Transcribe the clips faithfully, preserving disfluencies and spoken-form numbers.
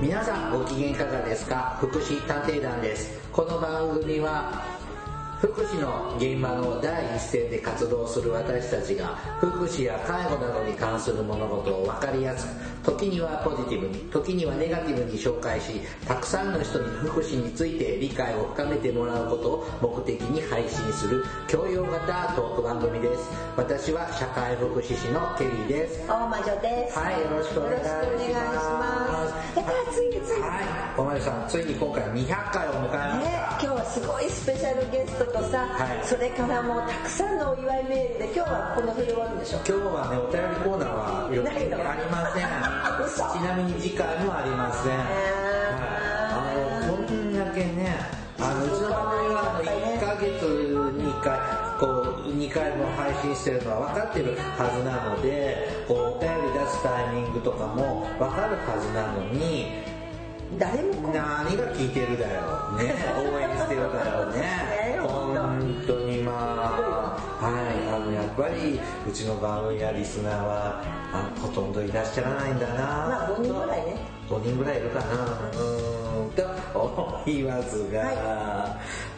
皆さんご機嫌いかがですか？福祉探偵団です。この番組は福祉の現場の第一線で活動する私たちが福祉や介護などに関する物事を分かりやすく、時にはポジティブに、時にはネガティブに紹介し、たくさんの人に福祉について理解を深めてもらうことを目的に配信する教養型トーク番組です。私は社会福祉士のケリーです。 大魔女です。 はい、よろしくお願いします。 やったー、ついについに。 はい、大魔女さん、ついに今回にひゃっかいを迎えました。 ね、今日はすごいスペシャルゲストとさ、はい、それからもうたくさんのお祝いメールで、今日はこの日で終わるんでしょ？ 今日はね、お便りコーナーは予定ありません。ちなみに次回もありません。あの、こんだけね、あの、うちの番組はあのいっかげつにいっかい、こう、にかいも配信してるのは分かってるはずなので、こう、お便り出すタイミングとかも分かるはずなのに、 誰も何が聞いてるだよね、応援してるだよね。本当にまあ、はい、あのやっぱりうちの番組やリスナーはあほとんどいらっしゃらないんだな。 まあごにんぐらいね。 ごにんぐらいいるかな。うんと思いますが、はい、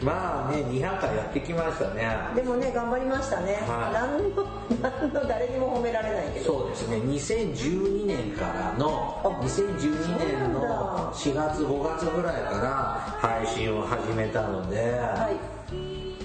まあね、にひゃっかいやってきましたね。 でもね、頑張りましたね。はい、何の何の誰にも褒められないけど。 そうですね。にせんじゅうにねんからのにせんじゅうにねんのしがつごがつぐらいから配信を始めたので、はい、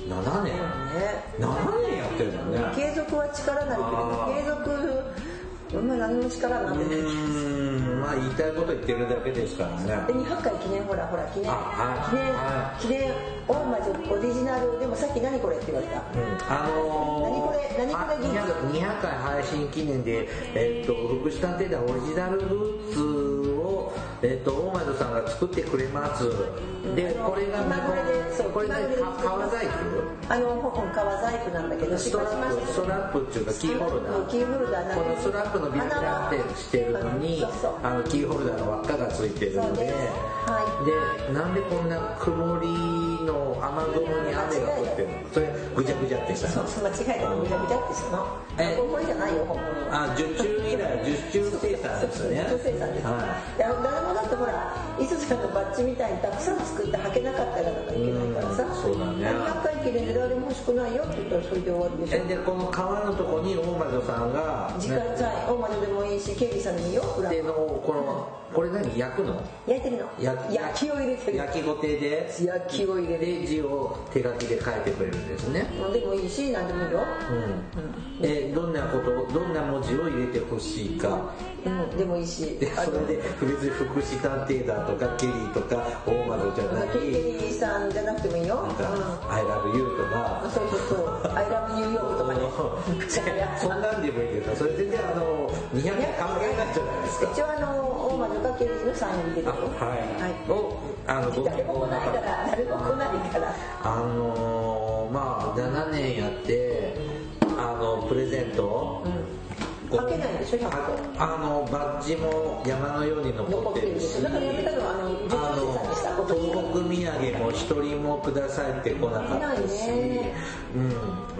ななねん、ね、ななねんやってるんだよね。 継続は力なりけど、継続、まあ、何も力になってない。うーん、まあ言いたいこと言ってるだけですからね。 でにひゃっかい記念、ほらほら記念、 はい、 記念、 はい、 記念大魔女オリジナル。でもさっき何これって言われた。うん、 あのー、 何これ何これギフにひゃっかい配信記念で、えー、っと福祉探偵団オリジナルグッズを、えー、っと大魔女さんが作ってくれます。で、これが今これで、そう、 これが革細工。 あの革細工なんだけど、 ストラップ、ストラップっていうかキーホルダー。 キーホルダー。 このストラップのビラビラってしてるのに、あのキーホルダーの輪っかがついてるので、はい、で、なんでこんな曇りの雨雲に雨が降ってるの？それぐちゃぐちゃってしたの？ そう、間違えたの、ぐちゃぐちゃってしたの。え、これじゃないよ、本物。 あ、受注以来、受注生産ですね。 受注生産です。はい。誰もだってほら、いつさんのバッジみたいにたくさん作って履けなかったらいけないからさ。 そうだね。 にひゃっかい記念で誰も欲しくないよって言ったらそれで終わりでしょ。 で、この革のとこに大魔女さんが、 時間在、大魔女でもいいし、ケリーさんでもいいよ。 での、この、これ何焼くの？ 焼いてるの。焼きを入れてる。 焼きごてで焼きを入れて字を手書きで書いてくれるんですね。 でもいいし、何でもいいよ。 うん。え、どんなこと、どんな文字を入れてほしいか。 うん、でもいいし。 で、それで別に福祉探偵団とかケリーとか大魔女じゃない。 ケリーさんじゃなくてもいいよ。 なんか、I love you とか。 そうそうそう。I love New York とかね。 そんなんでもいいけど、それ全然あのにひゃくえん関係ないじゃないですか。 一応あの大魔女がケリーのサインを入れてるよ。 はい。をあの誰も来ないから誰も来ないから。 あのまあななねんやってあのプレゼント。 かけないでしょ、ひゃっこ。 あのバッジも山のように残ってるし、 だからやめたのはあの受注生産でした。 東北土産も一人もくださいって来なかったし、うん、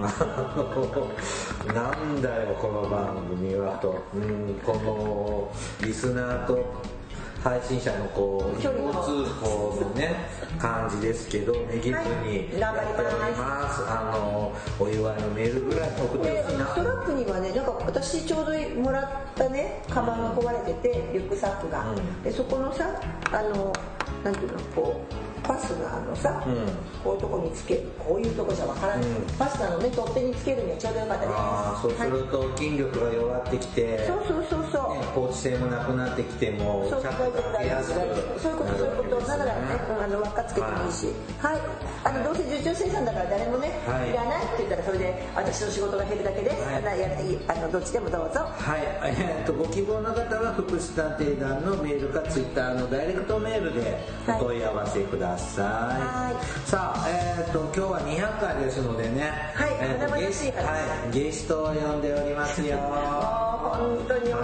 なんだよこの番組はと、うん、このリスナーと配信者のこう一方通行のね感じですけど、めげずにやっております。あのお祝いのメールぐらい送ってほしいな。 ストラップにはね、なんか私ちょうどもらったねカバンが壊れてて、リュックサックが、うん、でそこのさ、あのなんていうの、こうファスナーのさ、うん、こういうとこにつける、こういうとこじゃわからない、うん、ファスナーのね取っ手につけるにはちょうどよかったです。 あ、そうすると筋力が弱ってきて、 そうそうそうそう、 ね、放置性もなくなってきてもそうそうそうそういうことそういうことだからね、あの輪っかつけてもいいし、はい、はい、あのどうせ受注生産だから誰もね、はい、いらないって言ったらそれで私の仕事が減るだけです。はい、やあのどっちでもどうぞ。 はい、えー、とご希望の方は福祉探偵団のメールかツイッターのダイレクトメールでお問い合わせくだださい。はい。さあ、えっと今日はにひゃっかいですのでね、 はい、 えー、とゲス、はい、ゲストを呼んでおりますよ。 本当に、はい、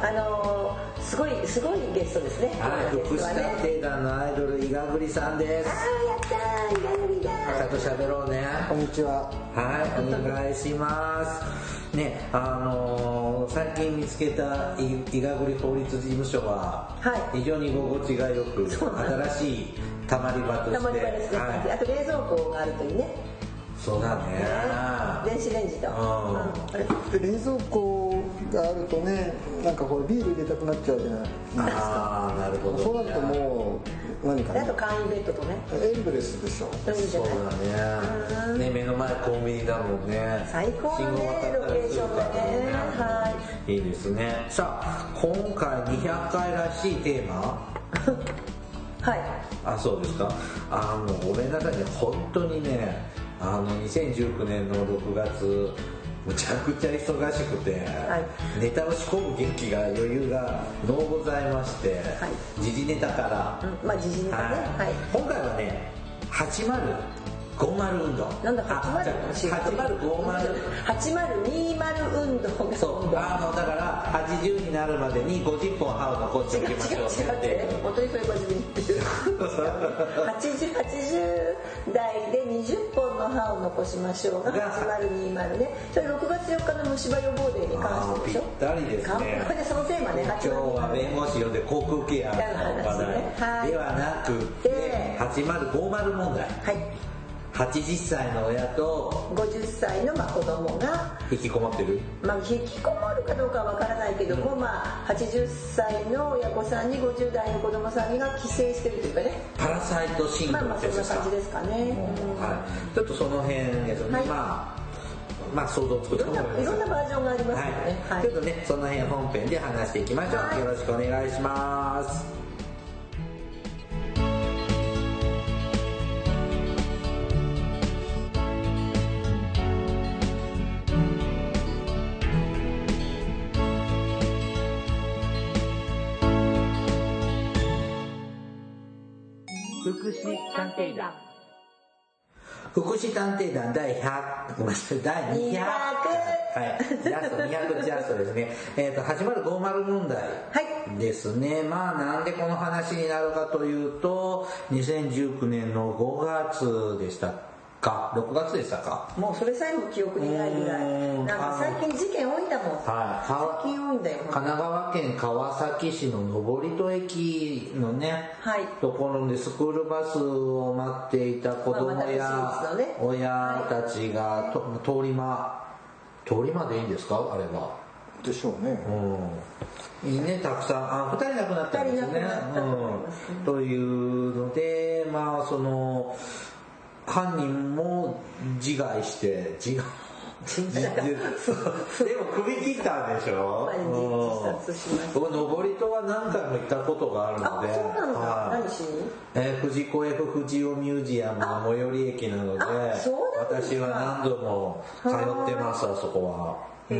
あのー、すごいすごいゲストですね。 はい、福祉探偵団のアイドル伊賀栗さんです。 あー、やったー、伊賀栗だー。 ちゃんと喋ろうね。 こんにちは。 はい、お願いします。ね、あのー、最近見つけた伊賀栗法律事務所は、はい、非常に居心地がよく、新しいたまり場として、たまり場ですね、はい、 あと冷蔵庫があるといいね。 そうだね、 電子レンジと、 うん、で冷蔵庫があるとね、なんかこれビール入れたくなっちゃうじゃないですか。 ああ、なるほど、ね、 そうなるともう何かね、 あと簡易ベッドとね、 エンドレスでしょ。 そうだね、ね、目の前コンビニだもんね。 最高のね、ロケーションだね。はい、 いいですね。さあ、今回にひゃっかいらしいテーマはい、 あ、そうですか。あのごめんなさいね、本当にね、あのにせんじゅうきゅうねんのろくがつむちゃくちゃ忙しくて、はい、ネタを仕込む元気が余裕がのうございまして、はい、時事ネタから、 うん、まあ時事ネタね、はいはい、 今回はねはちまるごじゅう運動、 なんだはちまるはちまるごじゅうはちまるにじゅう運動が、 そうあのだからはちじゅうになるまでにごじゅっぽん歯を残しておきましょうって本当にそういう感じで言ってるはちじゅう、はちじゅう代でにじゅっぽんの歯を残しましょうがはちまるにじゅうね、それろくがつよっかの虫歯予防デーに関してでしょ。 ぴったりですね。 これでそのテーマね、 今日は弁護士呼んで口腔ケアの話題ではなくてはちまるごじゅう問題、はい、はちじゅっさいの親とごじゅっさいのまあ子供が引きこもってる、 まあ、引きこもるかどうかはわからないけども、うん、まあ、はちじゅっさいの親御さんにごじゅう代の子供さんが寄生してるというかね、 パラサイトシンドロームですか。 まあまあそんな感じですかね、 うん、はい、ちょっとその辺ですね、はい、まあまあ想像つくと思います。 いろんなバージョンがありますよね、 はいはい、ちょっとねその辺本編で話していきましょう、はい、よろしくお願いします。福祉探偵団福祉探偵団第ひゃく、ごめんなさい、第にひゃく、はい、ジャストにひゃくジャストですね。えっとはちまるごじゅう問題ですね。はい、まあなんでこの話になるかというと、にせんじゅうきゅうねんのごがつでしたか、ろくがつでしたか。 もうそれさえも記憶にないぐらい。なんか最近事件多いんだもん。 はい、 最近多いんだよ。 神奈川県川崎市の登戸駅のね、はい、ところでスクールバスを待っていた子供や親たちがと、通り魔、通り魔でいいんですかあれは。 でしょうね。 うん。ね、たくさん、あ、二人亡くなったんですね。うん。というので、まあその、犯人も自害して自害でも首切ったんでしょ。僕登戸は何回も行ったことがあるので、 あ、そうなんだ、はい、何しに、 えー、藤子 F 不二雄ミュージアムの最寄り駅なので、私は何度も通ってます。あそこは、うん、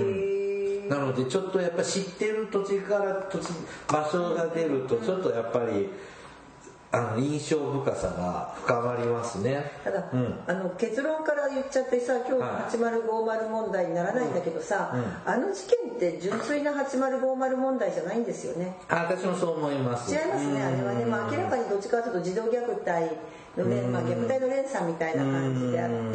なのでちょっとやっぱ知ってる土地から土地場所が出るとちょっとやっぱりあの印象深さが深まりますね。 ただ、うん、あの結論から言っちゃってさ、今日のはちまるごじゅう問題にならないんだけどさ、うんうん、あの事件って純粋なはちまるごじゅう問題じゃないんですよね。 あ、私もそう思います。 違いますね、あれはね、まあ、明らかにどっちかというと児童虐待のね、まあ、虐待の連鎖みたいな感じであって、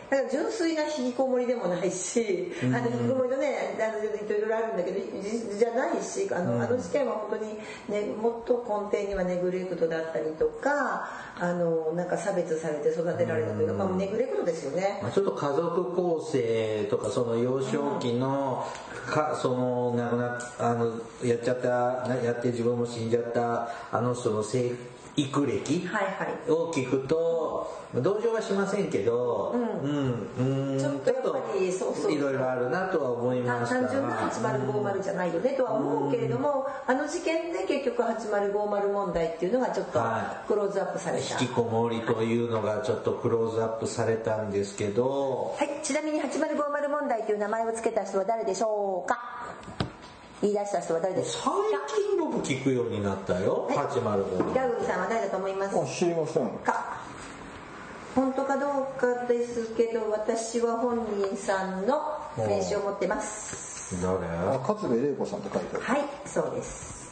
だから純粋な引きこもりでもないし、あの引きこもりのね、あのいろいろあるんだけどじゃないし、あのあの事件は本当にね、もっと根底にはネグレクトだったりとか、あのなんか差別されて育てられたというか、まあ、ネグレクトですよね。 ちょっと家族構成とかその幼少期のかその亡くなあのやっちゃったやって自分も死んじゃったあの人の生育歴を聞くと同情はしませんけど、うんうんうん、ちょっとやっぱりそうそういろいろあるなとは思いました。 単純なはちまるごじゅうじゃないよねとは思うけれども、あの事件で結局はちまるごじゅう問題っていうのがちょっとクローズアップされた、 はい、引きこもりというのがちょっとクローズアップされたんですけど、 はい、ちなみにはちまるごじゅう問題という名前を付けた人は誰でしょうか。 言い出した人は誰ですか？ 最近僕聞くようになったよ、 はい、 はちまるご。 北口さんは誰だと思いますあ、知りませんか？本当かどうかですけど、私は本人さんの名刺を持ってます。 誰？ あ、勝部玲子さんって書いてある。 はい、そうです。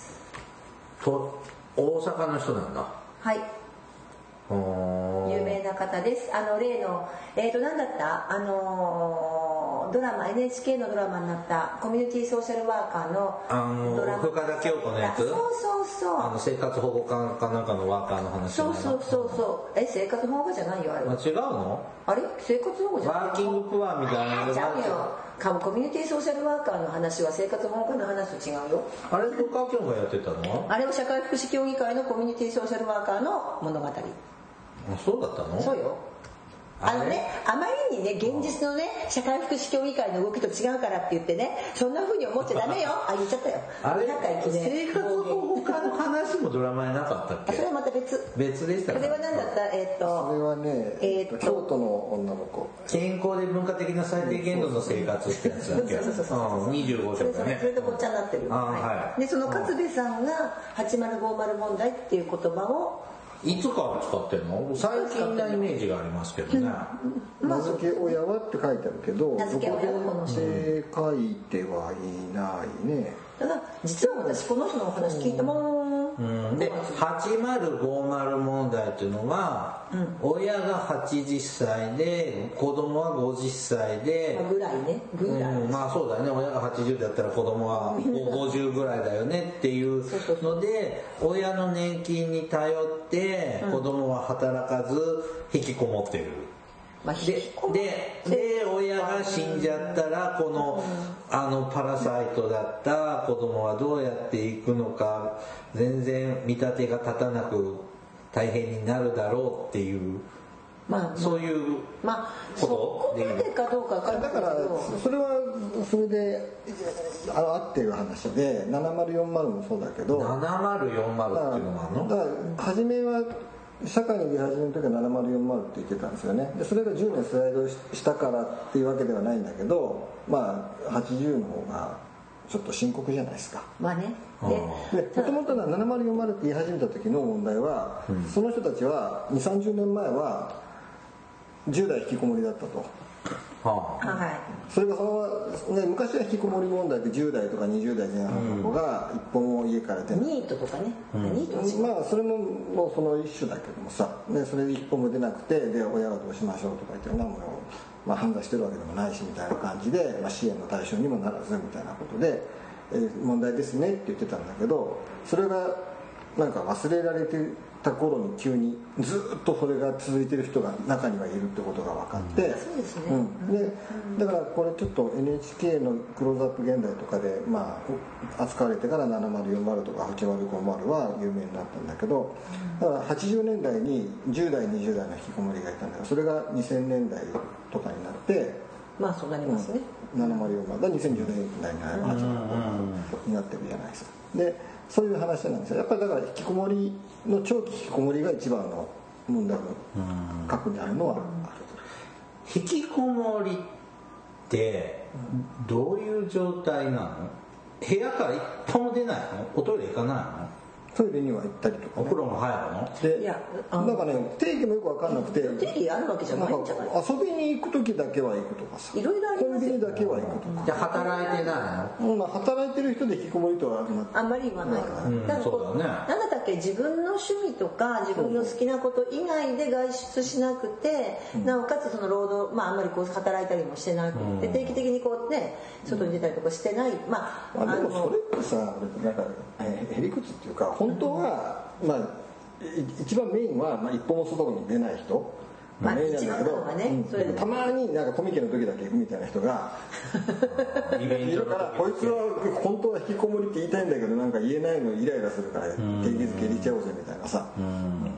と大阪の人なんだ。 はい、有名な方です。あの例のえっ、ー、と何だったあのー、ドラマ エヌエイチケー のドラマになったコミュニティソーシャルワーカーのあのドラマ、 深田恭子のやつ。 そうそうそう。 あの生活保護官かなんかのワーカーの話。 そうそうそうそう。え、生活保護じゃないよあれ。 あ、違うの？ あれ生活保護じゃない。 ワーキングプアみたいなの。 ちゃうよ。コミュニティソーシャルワーカーの話は生活保護の話と違うよ。 あれ深田恭子がやってたの？ あれは社会福祉協議会のコミュニティソーシャルワーカーの物語。 あ、そうだったの？ そうよ。あのね、あまりにね、現実のね、社会福祉協議会の動きと違うからって言ってね、そんな風に思っちゃダメよ。あ、言っちゃったよ。 あれ、 生活保護課の話もドラマになかったっけ？ それはまた別。 別でしたか？ それは何だった？えー、っと。 それはね、えー、っと京都の女の子。 健康で文化的な最低限度の生活ってやつだっけ？ そうそうそうそう。 にじゅうご章だね。 それとごっちゃになってる。 あ、はい。 で、その勝部さんがはちまるごまる問題っていう言葉をいつから使ってるの？最近なイメージがありますけどね。 名付け親はって書いてあるけど、 名付け親はこの人で書いてはいないね。 ただ実は私この人のお話聞いたもん。 うん、ではちまるごまる問題っていうのは、うん、親がはちじゅっさいで子供はごじゅっさいで、 まあ、ぐらいねぐらい、うん、 まあそうだね、親がはちじゅうだったら子供はごじゅうぐらいだよねっていうので親の年金に頼って子供は働かず引きこもってる。 まあ、 で, で, で親が死んじゃったらこの、うん、あのパラサイトだった子供はどうやっていくのか全然見立てが立たなく大変になるだろうっていう、まあ、そういうまあそこまでかどうか分からないけど、 だからそれはそれであの合ってる話でななまるよんまるもそうだけどななまるよんまるっていうのがあるの？ だから初めは社会に出始めの時はななまるよんまるって言ってたんですよね。でそれがじゅうねんスライドしたからっていうわけではないんだけど、まあはちじゅうの方がちょっと深刻じゃないですか。 まあね。 でもともとななまるよんまるって言い始めた時の問題は、うん、その人たちはにじゅうさんじゅうねんまえはじゅう代引きこもりだったと。 はあ、はい、 それがその、ね、昔は引きこもり問題ってじゅう代とかにじゅう代前半の子が一歩も家から出ない、 ニートとかね、 うん、ニートまあそれももうその一種だけどもさ、ね、それで一歩も出なくてで親がどうしましょうとか言って何も、まあ、判断してるわけでもないしみたいな感じで、まあ、支援の対象にもならずみたいなことで、えー、問題ですねって言ってたんだけどそれがなんか忘れられてた頃に急にずっとそれが続いてる人が中にはいるってことが分かって、 そうですね、 うん、でだからこれちょっと エヌエイチケー のクローズアップ現代とかで、まあ、扱われてからななまるよんまるとかはちまるごまるは有名になったんだけどだからはちじゅうねんだいにじゅう代にじゅう代の引きこもりがいたんだけどそれがにせんねんだいとかになってまあそうなりますね、 うん、ななまるよんまるだにせんじゅうねんだいにはちまるごまるになってるじゃないですか。でそういう話なんですよ。やっぱりだから引きこもりの長期引きこもりが一番の問題の核にあるのはある。 引きこもりってどういう状態なの？部屋から一歩も出ないの？おトイレ行かないの？ トイレには行ったりとか、 ね、お風呂も入るの？ でいやなんかね定義もよく分かんなくて定義あるわけじゃないんじゃない？ 遊びに行く時だけは行くとかさいろいろありますよ。 コンビニだけは行くとかじゃあ働いてないの？ うん、まあ、働いてる人で引きこもりとはあんまり言わないから、うん、だからこう、そうだね、なんだったっけ自分の趣味とか自分の好きなこと以外で外出しなくて、うん、なおかつその労働、まあ、あんまりこう働いたりもしてなくて、うん、定期的にこうね外に出たりとかしてない、まあ、 まあでもそれってさなんかへりくつっていうか本当は、まあ、一番メインは、まあ、一歩も外に出ない人、 まあ、メインなんだけど、ね、 うん、たまになんかコミケの時だけ行くみたいな人がいるからこいつは本当は引きこもりって言いたいんだけどなんか言えないのイライラするから定義づけ入れちゃおうぜみたいなさ、うん、人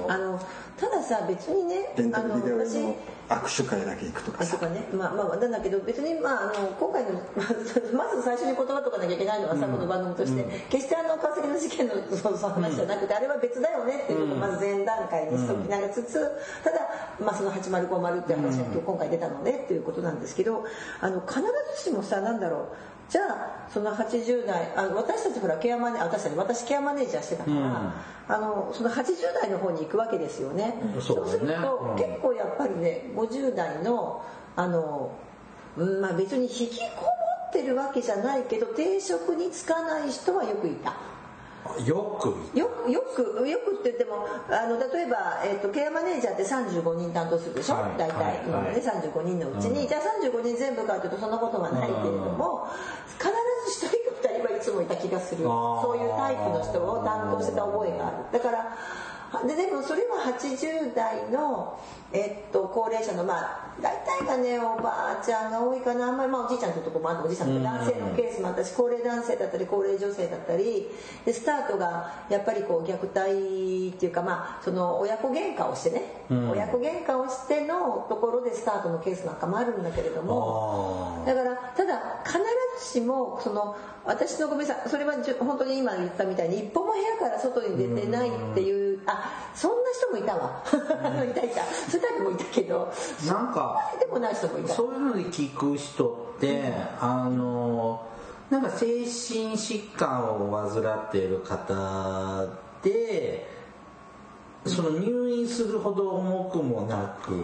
あのたださ別にねレンタルビデオの握手会だけ行くとかさとかね、まあまあなんだけど別にまああの今回のまず最初に言葉とかなきゃいけないのはさ、うん、この番組として、うん、決してあの川崎の事件のそうそう話じゃなくて、うん、あれは別だよねっていうのをまず前段階にしときながらつつ、ただまあそのはちまるごまるっていう話が今日今回出たのでっていうことなんですけど、あの必ずしもさなんだろう。じゃあそのはちじゅう代あ私たちほらケアマネ私たち私ケアマネージャーしてたから、うん、あのそのはちじゅう代の方に行くわけですよね、うん、そうすると、うん、結構やっぱりねごじゅう代のあの、まあ、別に引きこもってるわけじゃないけど定職に就かない人はよくいた。 よくよくよくよくって言ってもあの例えば、えー、とケアマネージャーってさんじゅうごにん担当するでしょ、はい、大体、はいはい、さんじゅうごにんのうちに、うん、じゃあさんじゅうごにん全部かというとそんなことはないけれども、うん、必ずひとりかふたりはいつもいた気がする。そういうタイプの人を担当してた覚えがある。だからで, でもそれははちじゅう代の、えっと、高齢者のまあ大体がねおばあちゃんが多いかな、あんまり、まあ、おじいちゃんというとこもあっておじいさんとか男性のケースもあったし高齢男性だったり高齢女性だったりでスタートがやっぱりこう虐待っていうか、まあ、その親子喧嘩をしてね、うん、親子喧嘩をしてのところでスタートのケースなんかもあるんだけれども、だからただ必ずしもその私のごめんなさいそれは本当に今言ったみたいに一歩も部屋から外に出てないっていう、うん、あそんな人もいたわいたいたそういうタイプもいたけどなんかでもない人もいた。 そういうので聞く人って、うん、あのなんか精神疾患を患っている方でその入院するほど重くもなく、うん、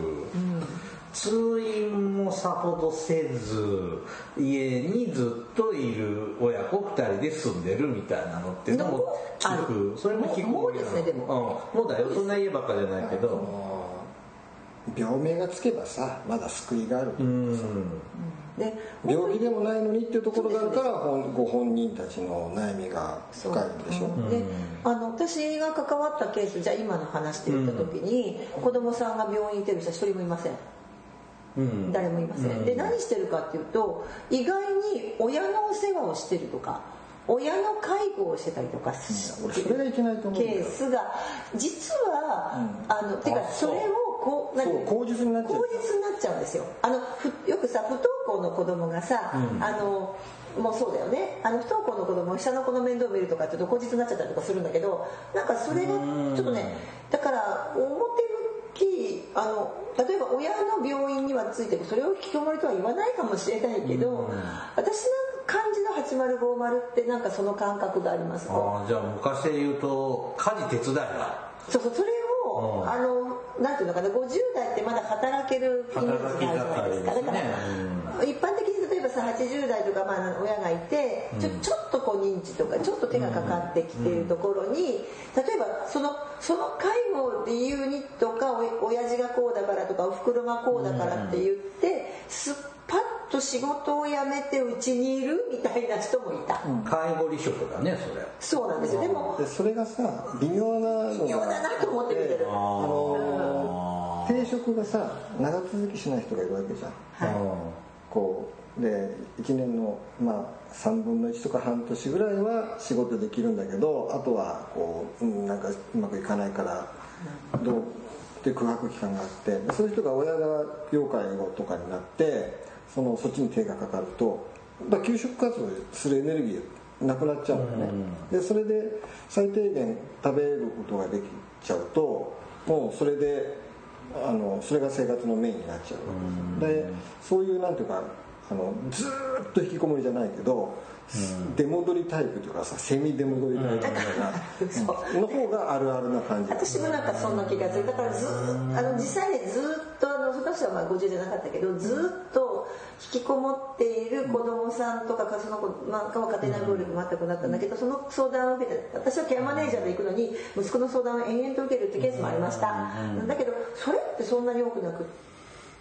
通院もさほどせず家にずっといる親子ふたりで住んでるみたいなのってでも聞く。それも聞くもうですねでも、 うん、もうだよそんな家ばっかじゃないけど病名がつけばさまだ救いがあるというかさ、うん、で病気でもないのにっていうところがあるからご本人たちの悩みが深いんでしょ、うん、 であの私が関わったケースじゃあ今の話で言った時に、うん、子供さんが病院にいてる人は一人もいません、うん、誰もいません、うん、で何してるかっていうと意外に親のお世話をしてるとか親の介護をしてたりとかするケースが実は、うん、あのてかそれをこうそう口実になっちゃう口実になっちゃうんですよ。あのよくさ不登校の子供がさ、うん、あのもうそうだよねあの不登校の子供下の子の面倒を見るとかっていうと口実になっちゃったりとかするんだけどなんかそれがちょっとねだから表向きあの例えば親の病院にはついてるそれを引きこもりとは言わないかもしれないけど私の感じのはちまるごまるってなんかその感覚があります。 あじゃあ昔で言うと家事手伝いだそうそうそれを、うん、あのなんていうのかなごじゅう代ってまだ働けるイメージがあるじゃないですか。だから、うん、一般的に例えばさはちじゅう代とかまあ親がいてちょ、ちょっとこう認知とかちょっと手がかかってきているところに、うん、例えばそのその介護を理由にとかお親父がこうだからとかお袋がこうだからって言ってすっパッと仕事を辞めてうちにいるみたいな人もいた、 うん、介護離職だねそれ。 そうなんですよ。でもでそれがさ微妙なのが微妙だなと思って見てる。あのー、定職がさ長続きしない人がいるわけじゃん、はい、こうでいちねんの、まあ、さんぶんのいちとか半年ぐらいは仕事できるんだけどあとはこう、うん、なんかうまくいかないからどうっていう空白期間があってそういう人が親が要介護とかになってそのそっちに手がかかるとだ給食活動するエネルギーなくなっちゃうんだよね、うん、でそれで最低限食べることができちゃうともうそれであのそれが生活のメインになっちゃう、うん、でそういうなんていうかあのずーっと引きこもりじゃないけど、うん、出戻りタイプというかさセミ出戻りタイプとかが、うん、の方があるあるな感じ。 私もなんかそんな気がする。だからずあの実際ねずっとあの私はまあごじゅうじゃなかったけどずっと引きこもっている子供さんとかその子なんかは家庭内暴力も全くなったんだけどその相談を受けて私はケアマネージャーで行くのに息子の相談を延々と受けるってケースもありました。だけどそれってそんなに多くなく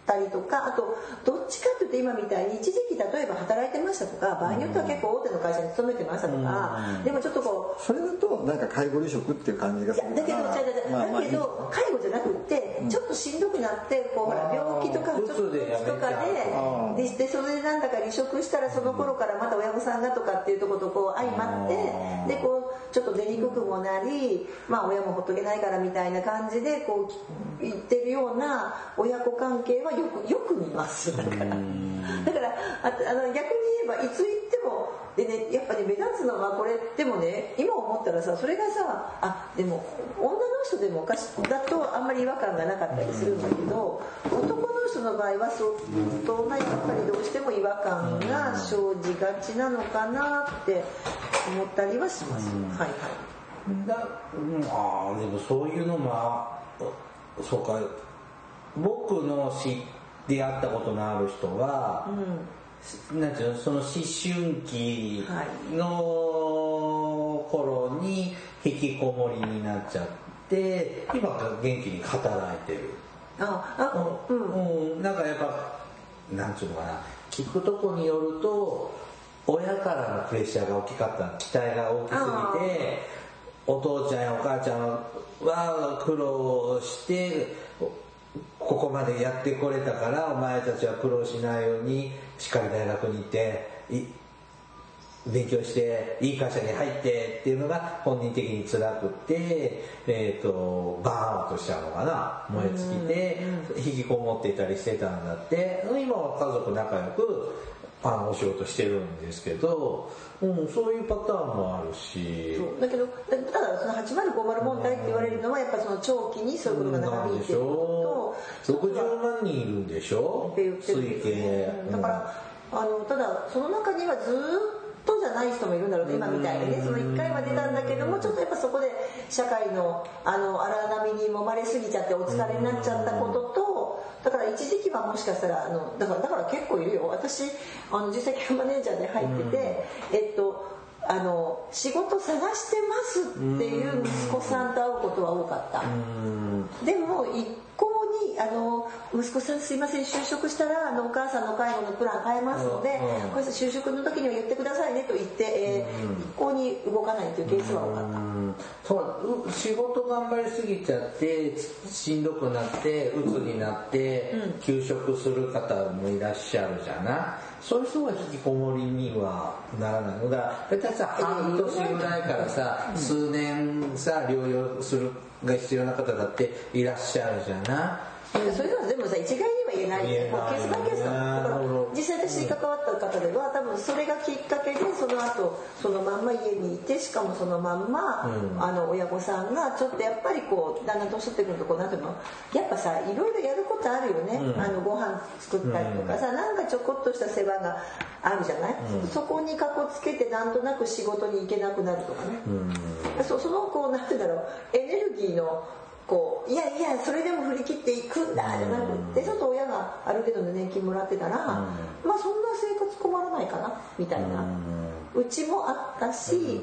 たりとか、あとどっちかっていうと今みたいに一時期例えば働いてましたとか、場合によっては結構大手の会社に勤めてましたとか、でもちょっとこうそれだとなんか介護離職っていう感じがするから、 だけどだけど介護じゃなくってちょっとしんどくなってこうほら病気とかちょっととかでででそれでなんだか離職したらその頃からまた親御さんがとかっていうところとこう相まってでこうちょっと出にくくもなり、まあ親もほっとけないからみたいな感じでこう言ってるような親子関係はよくよく見ますだからだからああの逆に言えばいつ言ってもでねやっぱり、ね、目立つのはこれでもね今思ったらさそれがさあでも女の人でも昔だとあんまり違和感がなかったりするんだけど男の人の場合は相当なやっぱりどうしても違和感が生じがちなのかなって思ったりはします、はいはいだ、うん、ああでもそういうのもそうか僕の知り合ったことのある人は、うん、なんていうのその思春期の頃に引きこもりになっちゃって今元気に働いてるああ、 うん、うん、なんかやっぱなんていうのかな聞くとこによると親からのプレッシャーが大きかった期待が大きすぎてお父ちゃんやお母ちゃんは苦労してここまでやってこれたからお前たちは苦労しないようにしっかり大学に行って勉強していい会社に入ってっていうのが本人的に辛くて、えーと、バーンとしちゃうのかな燃え尽きて引きこもっていたりしてたんだって今は家族仲良くあのお仕事してるんですけど、うん、そういうパターンもあるしそうだけどただそのはちまるごまる問題って言われるのはやっぱその長期にそういうことが長引いてることとろくじゅうまんにんいるんでしょ推計、 うん、だからあのただその中にはずっとじゃない人もいるんだろうね今みたいにねそのいっかいは出たんだけどもちょっとやっぱそこで社会のあの荒波に揉まれすぎちゃってお疲れになっちゃったこととだから一時期はもしかしたらあのだからだから結構いるよ私あの実際キャンマネージャーで入っててえっとあの仕事探してますっていう息子さんと会うことは多かったでも一向にあの息子さんすいません就職したらあのお母さんの介護のプラン変えますのでこれ就職の時には言ってくださいねと言って、えー、一向に動かないというケースは多かったそう仕事頑張りすぎちゃってしんどくなって鬱になって休職する方もいらっしゃるじゃないそういう人は引きこもりにはならないのだ大体さ半年ぐらいからさ数年さ療養するが必要な方だっていらっしゃるじゃないそれはでもさ一概には言えないケースバイケースだだから実際私に関わった方では多分それがきっかけでその後そのまんま家にいてしかもそのまんま、うん、あの親御さんがちょっとやっぱりこうだんだん年取ってくるとこうなんていうのやっぱさいろいろやることあるよね、うん、あのご飯作ったりとかさ、うん、なんかちょこっとした世話があるじゃない、うん、そこにかこつけてなんとなく仕事に行けなくなるとかね、うん、そ, そのこうなんていうんだろうエネルギーのこういやいやそれでも振り切っていくんだじゃなくてちょっと親がある程度の年金もらってたら、うん、まあそんな生活困らないかなみたいな、うん、うちもあったし、うん、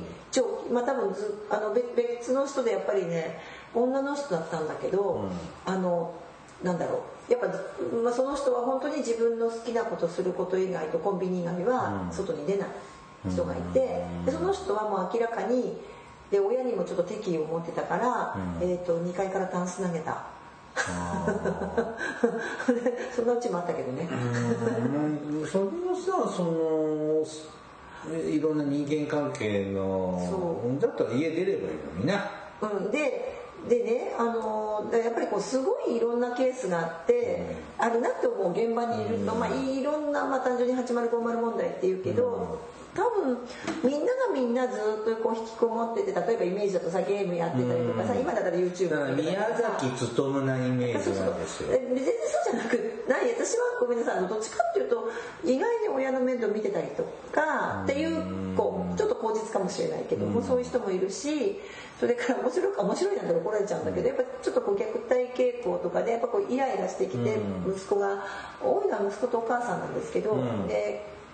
まあ多分ずあの別の人でやっぱりね女の人だったんだけど、うん、あのなんだろうやっぱ、まあ、その人は本当に自分の好きなことすること以外とコンビニ以外は外に出ない人がいてでその人はもう明らかにで親にもちょっと敵意を持ってたから、うんえー、とにかいからタンス投げたそんなうちもあったけどねうんそれはさそのいろんな人間関係のだったら家出ればいいのにね、 うん、ででね、あのやっぱりこうすごいいろんなケースがあって、うん、あるなって思う現場にいると、うんまあ、いろんな、まあ、単純にはちまるごまる問題っていうけど、うん多分みんながみんなずっとこう引きこもってて例えばイメージだとさゲームやってたりとかさ、うん、今だったら YouTube だから宮崎勉なイメージなんですよ全然そうじゃなくない私はごめんなさいどっちかっていうと意外に親の面倒見てたりとかっていうこうちょっと口実かもしれないけども、うん、そういう人もいるしそれから面白いか面白いなんて怒られちゃうんだけどやっぱちょっとこう虐待傾向とかでやっぱこうイライラしてきて息子が多いのは息子とお母さんなんですけど、うん、で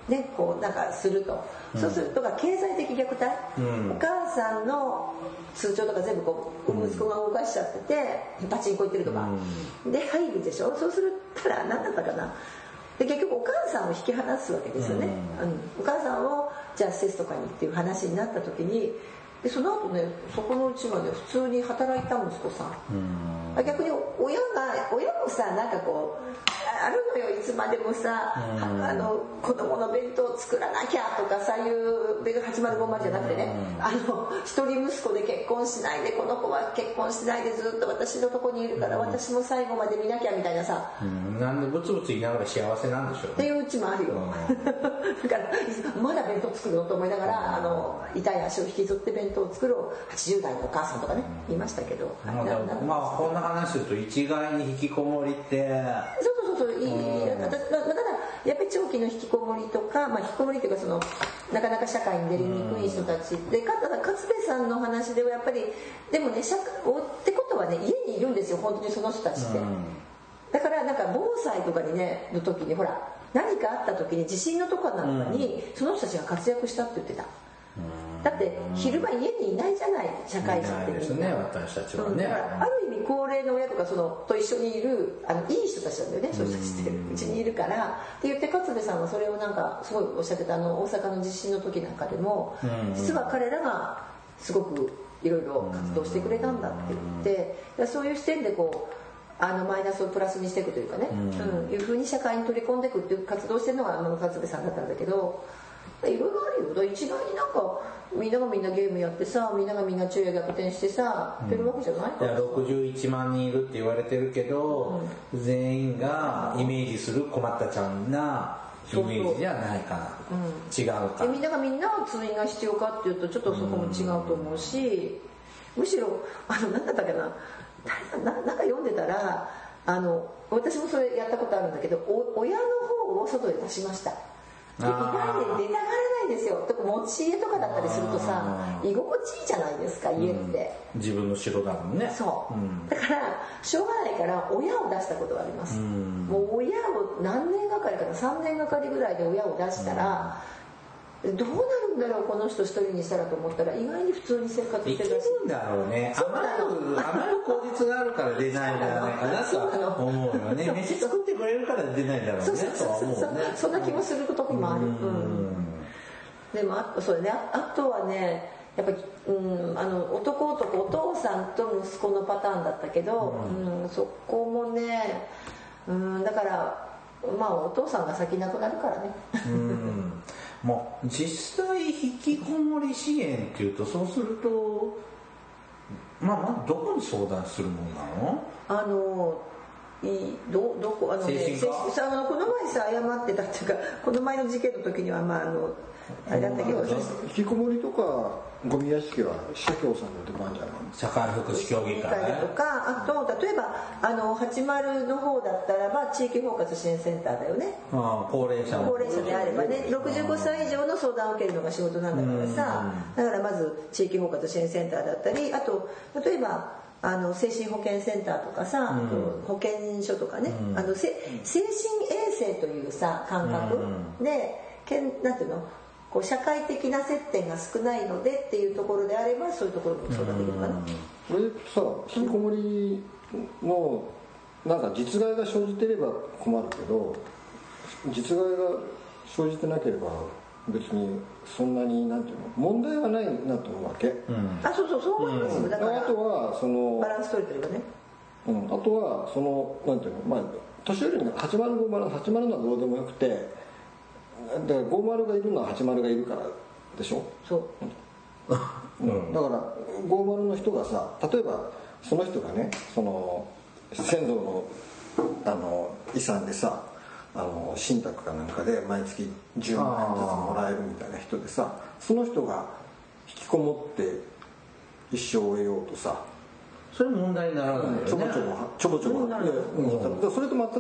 ね、こうなんかすると、うん、そうするとが経済的虐待、うん、お母さんの通帳とか全部こう息子が動かしちゃってて、うん、パチンコ行ってるとか、うん、で入るでしょ。そうするったら何だったかな、で結局お母さんを引き離すわけですよね、うんうん、お母さんをじゃあ施設とかにっていう話になった時に、でその後ね、そこのうちまで普通に働いた息子さん、うん、逆に親が親もさ、なんかこうあるのよ、いつまでもさ、うん、あの子供の弁当作らなきゃとかさいうはちまるごまじゃなくてね、うん、あの一人息子で結婚しないで、この子は結婚しないでずっと私のとこにいるから、うん、私も最後まで見なきゃみたいなさ、 うん、なんでブツブツ言いながら幸せなんでしょうねっていううちもあるよ、うん、だからまだ弁当作ろうと思いながら、うん、あの痛い足を引きずって弁当を作ろうはちじゅう代のお母さんとかね、うん、言いましたけど、 まあ、まあこんな話すると一概に引きこもりってそうそうそうそういい、うん、ただやっぱり長期の引きこもりとか、まあ、引きこもりっていうかそのなかなか社会に出にくい人たちで、かただ勝部さんの話ではやっぱりでもね、社会ってことはね、家にいるんですよ本当にその人たちって、うん、だからなんか防災とかにねの時にほら何かあった時に地震のとこなんかに、うん、その人たちが活躍したって言ってた、うん、だって昼間家にいないじゃない、社会人ってみんな。いないですね、 私たちはね。 だからある意味高齢の親とかそのと一緒にいるあのいい人たちなんだよね、そういう人たちってうちにいるからって言って、勝部さんはそれをなんかすごいおっしゃってた、あの大阪の地震の時なんかでも、実は彼らがすごくいろいろ活動してくれたんだって言って、そういう視点でこうあのマイナスをプラスにしていくというかね、うんうん、いうふうに社会に取り込んでいくっていう活動してるのがあの勝部さんだったんだけど、いろいろあるよ。だから一概になんかみんながみんなゲームやってさ、みんながみんな昼夜逆転してさ、やってるわけじゃないから、うん、 ろくじゅういちまんにんいるって言われてるけど、うん、全員がイメージする困ったちゃんなイメージじゃないかな、うん、違うか。 でみんながみんな通院が必要かっていうとちょっとそこも違うと思うし、むしろあの何だったかな、ななんか読んでたら、あの私もそれやったことあるんだけど、お親の方を外で出しました。意外に出たがらないんですよ。特に持ち家とかだったりするとさ、居心地いいじゃないですか、家って、 うん、自分の城だもんね。 そう、うん、だからしょうがないから親を出したことがあります、うん、もう親を何年がかりかな、さんねんがかりぐらいで親を出したら、どうなるんだろうこの人一人にしたらと思ったら、意外に普通に生活してるらしい。 生きるんだろうね。あまりあまり口実があるから出ないんじゃないかなとは思うよね。飯作ってくれるから出ないんだろうねとは思うね。 そんな気もする時もある。うん、でもあそれね、あとはね、やっぱり、うん、あの男男お父さんと息子のパターンだったけど、うんうん、そこもね、うん、だからまあお父さんが先亡くなるからね。うんもう実際引きこもり支援っていうと、そうするとまあまあどこに相談するものなの？ あのいどどこあの、ね、 精神科？ さあのこの前さ謝ってたっていうか、この前の事件の時にはまああのあれだったけど、 引きこもりとかゴミ屋敷は社協さんの出番じゃないの？ 社会福祉協議会だとか、あと例えばあのはちじゅうの方だったらば地域包括支援センターだよね。 ああ高齢者の高齢者であればね、ろくじゅうごさい以上の相談を受けるのが仕事なんだからさ、だからまず地域包括支援センターだったり、あと例えばあの精神保健センターとかさ、うん、保健所とかね、うん、あのせ精神衛生というさ感覚、うん、でけんなんていうのこう社会的な接点が少ないのでっていうところであれば、そういうところも相談できるかな。 これさ、引きこもりのなんか実害が生じてれば困るけど、実害が生じてなければ別にそんなになんていうの問題はないなと思うわけ、うん、 あそうそうそう思います、うん、だからあとはそのバランス取れてるよね、 うん、あとはそのなんていうのまあ年寄りのはちじゅうごまるはちじゅうのはどうでもよくて、だからごじゅうがいるのははちじゅうがいるからでしょ。 そう、 うん、だからごじゅうの人がさ、例えばその人がねその先祖のあの遺産でさ、あの信託かなんかで毎月じゅうまんえんずつもらえるみたいな人でさ、その人が引きこもって一生を終えようとさ、 それ問題にならないよね。 ちょぼちょぼちょぼちょぼ、いや、うん、それと全く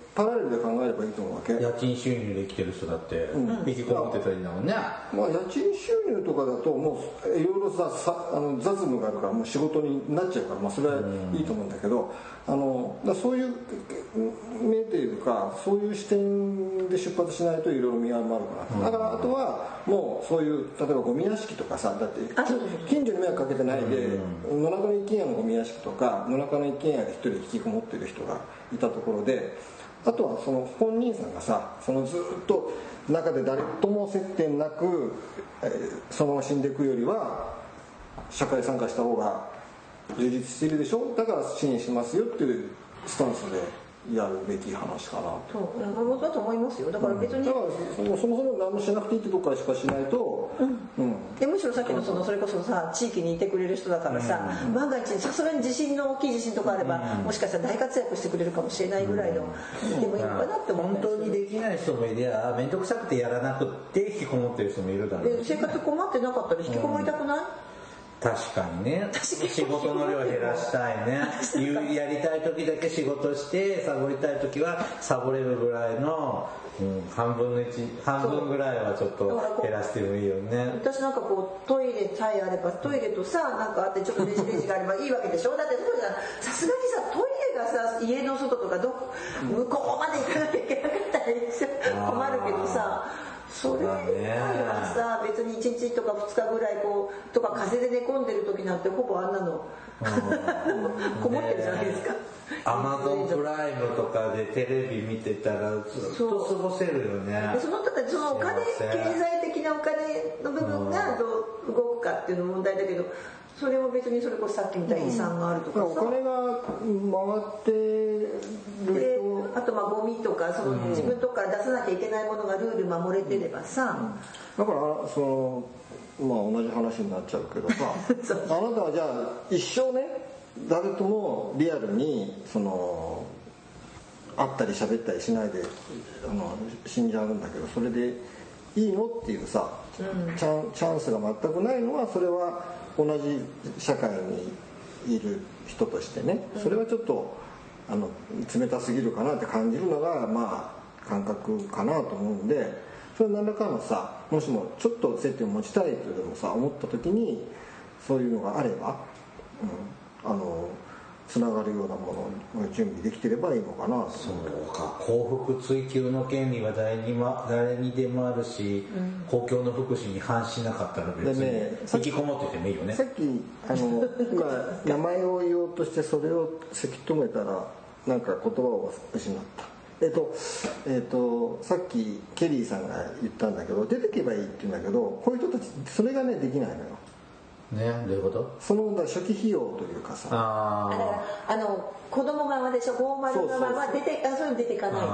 パラレルで考えればいいと思うわけ。 家賃収入で生きてる人だって引きこもってたらいいんだもんね、 まあ、家賃収入とかだともういろいろささあの雑務があるからもう仕事になっちゃうから、まあ、それはいいと思うんだけど、あのだそういう目というかそういう視点で出発しないといろいろ見合いもあるかな。だからあとはもうそういう例えばゴミ屋敷とかさ、だって近所に迷惑かけてないで野中の一軒家のゴミ屋敷とか野中の一軒家で一人引きこもってる人がいたところで、あとはその本人さんがさそのずっと中で誰とも接点なく、えー、そのまま死んでいくよりは社会参加した方が充実しているでしょ、だから支援しますよっていうスタンスでやるべき話かな。 そうだと思いますよ。だから別に、うん、 だからそもそも何もしなくていいってとこからしかしないと、 うんうん、でむしろさっきのそのそれこそさ地域にいてくれる人だからさ、うん、万が一さすがに地震の大きい地震とかあれば、うん、もしかしたら大活躍してくれるかもしれないぐらいの、うん、でもいいのかなって思う、 本当にできない人もいりゃ面倒くさくてやらなくって引きこもってる人もいるだろうで生活困ってなかったら引きこもりたくない、うん、 確かにね、仕事の量減らしたいねやりたい時だけ仕事してサボりたい時はサボれるぐらいの、うん、半分のいち半分ぐらいはちょっと減らしてもいいよね。 私なんかこうトイレさえあればトイレとさなんかあってちょっとレジレジがあればいいわけでしょ。だってそうじゃさすがにさトイレがさ家の外とかどこ向こうまで行かなきゃいけなかったら困るけどさ、それ以外はさ別にいちにちとかふつかぐらいこうとか風邪で寝込んでる時なんてほぼあんなのこもってるじゃないですか。 アマゾンプライムとかでテレビ見てたらずっと過ごせるよね。 そのただそのお金経済的なお金の部分がどう動くかっていうのも問題だけど、それも別にそれこそさっきみたいに遺産があるとかさ、 うん、お金が回ってる人、 あとまあゴミとかその自分とか出さなきゃいけないものがルール守れてればさ、うん、 だからそのまあ同じ話になっちゃうけどさあなたはじゃあ一生ね誰ともリアルにその会ったり喋ったりしないであの死んじゃうんだけど、それでいいのっていうさ、うん、チャン、チャンスが全くないのはそれは同じ社会にいる人としてね、それはちょっとあの冷たすぎるかなって感じるのがまあ感覚かなと思うんで、それ何らかのさもしもちょっと接点を持ちたいとでもさ思った時にそういうのがあれば、うん、あのつながるようなものを準備できてればいいのかなと。 そうか、幸福追求の権利は誰にも誰にでもあるし、うん、公共の福祉に反しなかったら別に引きこもっててもいいよね。 さっきあの今名前を言おうとしてそれをせき止めたらなんか言葉を失った。えっとえっとさっきケリーさんが言ったんだけど出てけばいいって言うんだけど、こういう人たちそれがねできないのよ。 ね、どういうこと？ その初期費用というかさ、 ああの子供側でしょ、フォーマル側は出て、あそういうの出ていかないです。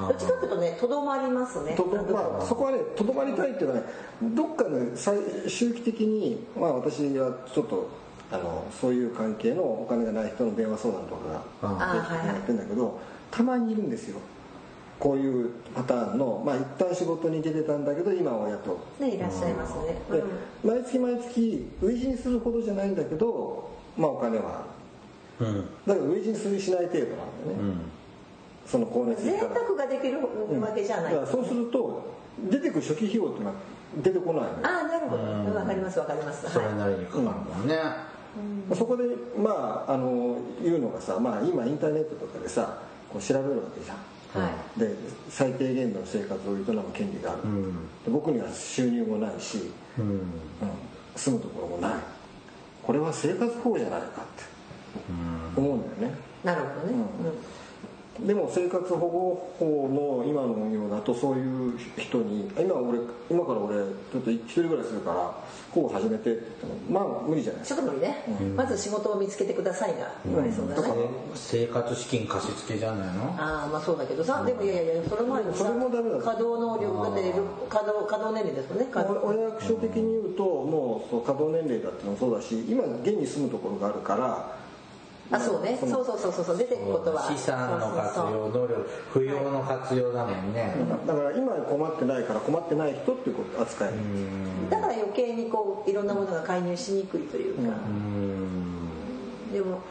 どっちかというとね、とどまりますね。 とどまあそこはね、とどまりたいっていうのはね、どっかの最終期的にまあ私はちょっとあのそういう関係のお金がない人の電話相談とかがやってるんだけど、たまにいるんですよ。こういうパターンの、まあ一旦仕事に出てたんだけど今は雇う、 ね、いらっしゃいますね、 で毎月毎月初陣するほどじゃないんだけどまあお金はある、うん、だけど初陣するしない程度なんだよね、うん、その光熱費贅沢ができるわけじゃない、 うん、だからそうすると出てくる初期費用っていうのは出てこないのよ。 ああなるほど、うん、分かります分かります、 それなりにかかるもんね、 うん、そこでまああの言うのがさ、まあ今インターネットとかでさこう調べるわけじゃん。はい、で最低限度の生活を営む権利がある、うん、で僕には収入もないし、うんうん、住むところもない、これは生活保護じゃないかって思うんだよね。 なるほどね、 うん、でも生活保護法の今のようだとそういう人に今俺今から俺ちょっと一人暮らしするから保護始めてって言ってもまあ無理じゃないですか。 ちょっと無理ね、うん、まず仕事を見つけてくださいが言われそうだね、うん、 生活資金貸し付けじゃないの。 ああまあそうだけどさ、うん、でもいやいやその前にさ稼働能力だって稼働稼働年齢ですよね。 お役所的に言うともうそう稼働年齢だってのもそうだし今現に住むところがあるからあそうね、そうそうそうそう出てくことは資産の活用能力不要の活用だもんね、 はい、だから今困ってないから困ってない人っていうこと扱いだから余計にこういろんなものが介入しにくいというか、うんでも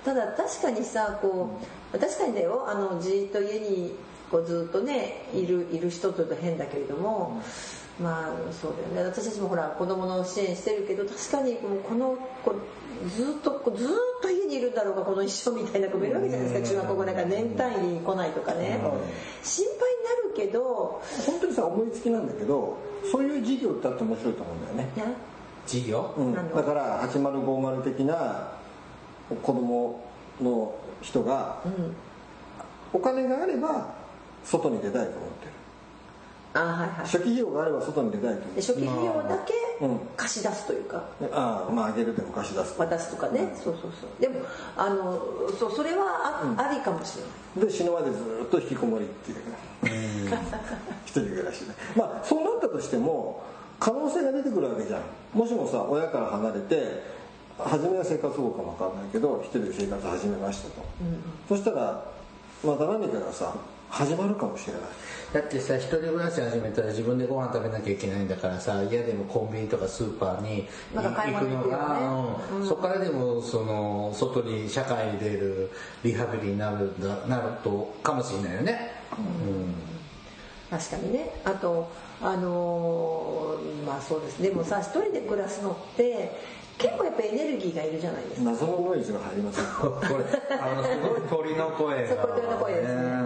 ただ確かにさこう、うん、確かにだよ、あのじっと家にこうずっとねいるいる人というと変だけれども、うん、まあそうだよね。私たちもほら子供の支援してるけど、確かにもうこのこうずっとこうずっと家にいるんだろうがこの一生みたいな子もいるわけじゃないですか。中学校後なんか年単位に来ないとかね、うん、心配になるけど、 本当にさ思いつきなんだけど、そういう授業ってあって面白いと思うんだよね。 授業、 うん、だからはちまるごまる的な子供の人が、うん、お金があれば外に出たいと思ってる。 あ、はいはい、 初期費用があれば外に出たいと思ってる。 初期費用だけ貸し出すというか、 うん、ああ、まああげるでも貸し出す渡すとかね、うん、そうそうそう。でもあの そ, それは あ,、うん、ありかもしれない。 で死ぬまでずっと引きこもりっていう一人暮らしで、まあそうなったとしても可能性が出てくるわけじゃん。もしもさ親から離れて初めは生活保護かも分かんないけど一人で生活始めましたと、うん、そしたらまた何かがさ始まるかもしれない。 だってさ一人暮らし始めたら自分でご飯食べなきゃいけないんだからさ、嫌でもコンビニとかスーパーに行くのが、ね、うん、そこからでもその外に社会に出るリハビリになるなるとかもしれないよね、うんうん、 確かにね。あとあのー、まあそうです。でもさ一人で暮らすのって結構やっぱエネルギーがいるじゃないですか。 謎のノイズが入りますよこれあのすごい鳥の声が、 そう、鳥の声ですね、うん、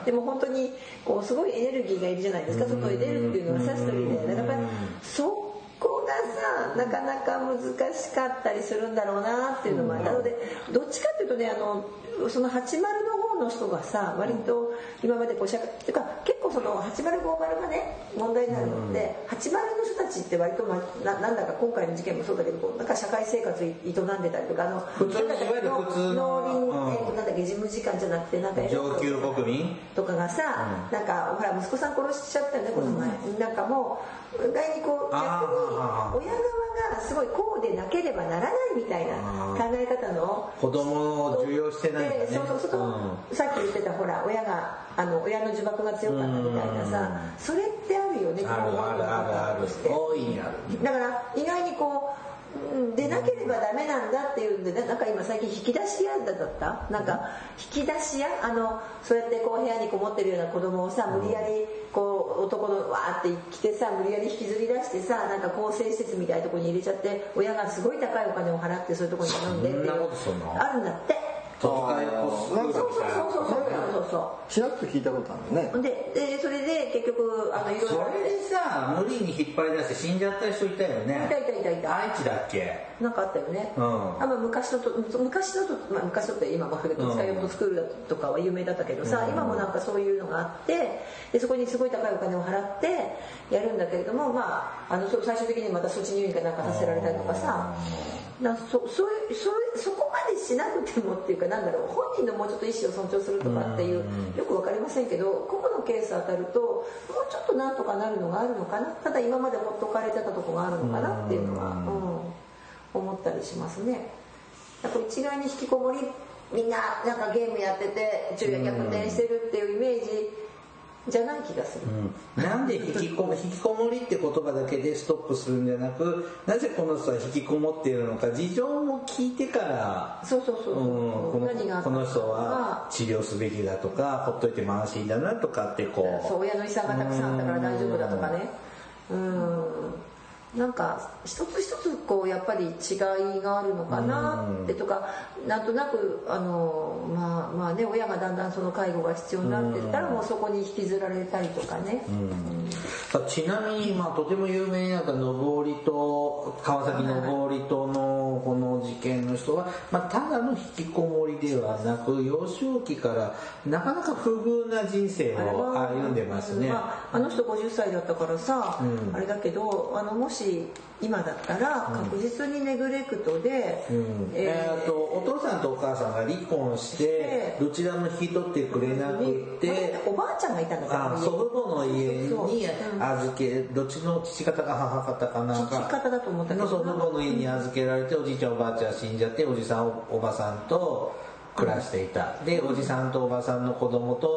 でも本当にこうすごいエネルギーがいるじゃないですか、外に出るっていうのはさ一人で。だからやっぱりそこがさなかなか難しかったりするんだろうなっていうのもある。なのでどっちかっていうとね、あのそのはちまるの方の人がさ割と今までこう社会っていうか結構そのはちまるごまるがね問題になるので、はちまるの人たちって割と、まあ、な, なんだか今回の事件もそうだけどこうなんか社会生活を営んでたりとか、あの普通のいわゆる普通の農林、うん、なんだっけ事務次官じゃなくてなんか上級国民とかがさ、うん、なんかほら息子さん殺しちゃったよねこの前、うん、なんかもう外にこう逆に親側がすごいこうでなければならないみたいな考え方の子供を受容してないんだね。 そうそうそう、うん、さっき言ってたほら親があの親の呪縛が強かったみたいなさ、それってあるよね。 あるあるあるある大いにある。 だから意外にこう出なければダメなんだっていうんで、なんか今最近引き出し屋だったなんか引き出し屋、あのそうやってこう部屋にこもってるような子供をさ無理やりこう男のわーって来てさ無理やり引きずり出してさ、なんか更生施設みたいなところに入れちゃって親がすごい高いお金を払ってそういうところに頼んでっていうあるんだって。 そうそうそうそうそうそうちらっと聞いたことあるね。 で、でそれで結局あのいろいろそれでさ無理に引っ張り出して死んじゃった人いたよね。 いたいたいたいた。 愛知だっけ？ なんかあったよね。うん。あまあ昔のと昔のとまあ昔のって今もあるけど、使い物スクールとかは有名だったけどさ、うん、今もなんかそういうのがあって、でそこにすごい高いお金を払ってやるんだけれども、まああの最終的にまた措置入院かなんかさせられたりとかさ。な そ, そ, そ, そこまでしなくてもっていうかなんだろう本人のもうちょっと意思を尊重するとかっていうよく分かりませんけど個々のケース当たるともうちょっとなんとかなるのがあるのかな、ただ今までほっとかれてたとこがあるのかなっていうのは、うん、思ったりしますね。なんか一概に引きこもりみんななんかゲームやってて昼夜逆転してるっていうイメージじゃない気がする、 うん、なんで引きこも引きこもりって言葉だけでストップするんじゃなく、なぜこの人は引きこもっているのか事情も聞いてからそうそうそう、 うん、このこの人は治療すべきだとかほっといても安心だなとかってこうそう親の遺産がたくさんあったから大丈夫だとかね、うんなんか一つ一つこうやっぱり違いがあるのかなってとか、なんとなくあのまあまあね親がだんだんその介護が必要になってったらもうそこに引きずられたりとかね。うんうん、ちなみにまあとても有名になった登戸川崎登戸のこの事件の人は、まあ、ただの引きこもりではなく幼少期からなかなか不遇な人生を歩んでますね。 まあ、あの人ごじゅっさいだったからさ、うん、あれだけどあのもし今だったら確実にネグレクトで、 うんうんえー、とお父さんとお母さんが離婚してどちらも引き取ってくれなくておばあちゃんがいたんだから祖父母の家に預けどっちの父方か母方かなんか父方だと思ったけど祖父母の家に預けられておじいちゃんおばあちゃん死んじゃっておじさん お, おばさんと暮らしていた。でおじさんとおばさんの子供と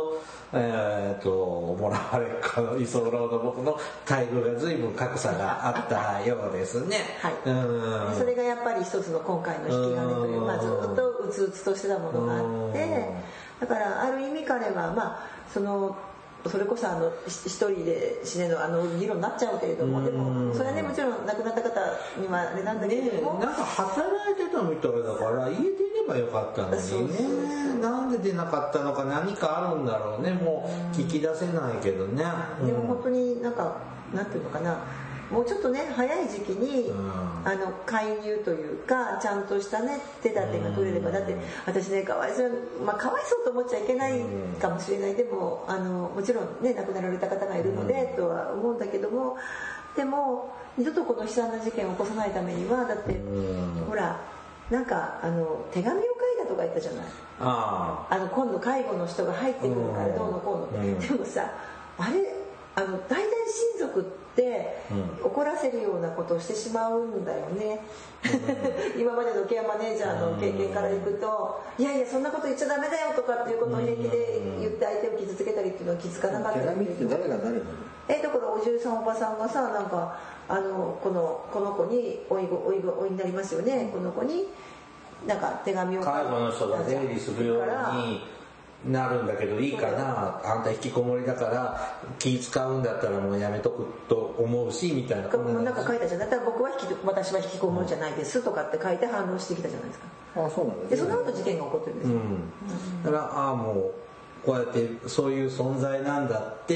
えー、ともらわれるかの居候の僕の待遇が随分格差があったようですね。 はい、うんそれがやっぱり一つの今回の引き金という、まあ、ずっとうつうつとしてたものがあって、だからある意味彼はまあそのそれこそあの一人で死ねのあの議論になっちゃうけれども、でもそれはねもちろん亡くなった方にはあれなんだけれども、 ね、なんか働いてたみたいだから家出ればよかったのにね。そうそうそう、なんで出なかったのか何かあるんだろうね。もう聞き出せないけどね、 うん、でも本当になんかなんていうのかな、もうちょっとね早い時期に、うん、あの介入というかちゃんとしたね手立てが取れれば、だって私ねかわいそう、まあかわいそうと思っちゃいけないかもしれない、でもあのもちろんね亡くなられた方がいるので、うん、とは思うんだけども、でも二度とこの悲惨な事件を起こさないためにはだって、うん、ほらなんかあの手紙を書いたとか言ったじゃない。ああの今度介護の人が入ってくるからどうのこうの、うん、でもさあれあの大体親族って怒らせるようなことをしてしまうんだよね、うん、今までのケアマネージャーの経験からいくと、いやいやそんなこと言っちゃダメだよとかっていうことを平気で言って相手を傷つけたりっていうのは気づかなかったり。 手紙って誰が誰なの？ えだからおじいさんおばさんがさなんかあのこのこの子においごおいごおいになりますよね、この子になんか手紙を介護の人が出入りするようになるんだけどいいかな、あんた引きこもりだから気使うんだったらもうやめとくと思うしみたいな。 なんか書いたじゃん。だったら僕は引き私は引きこもりじゃないですとかって書いて反応してきたじゃないですか。 ああそうなんです、 ね、でその後事件が起こってるんですよ、 うん、だからああもうこうやってそういう存在なんだって、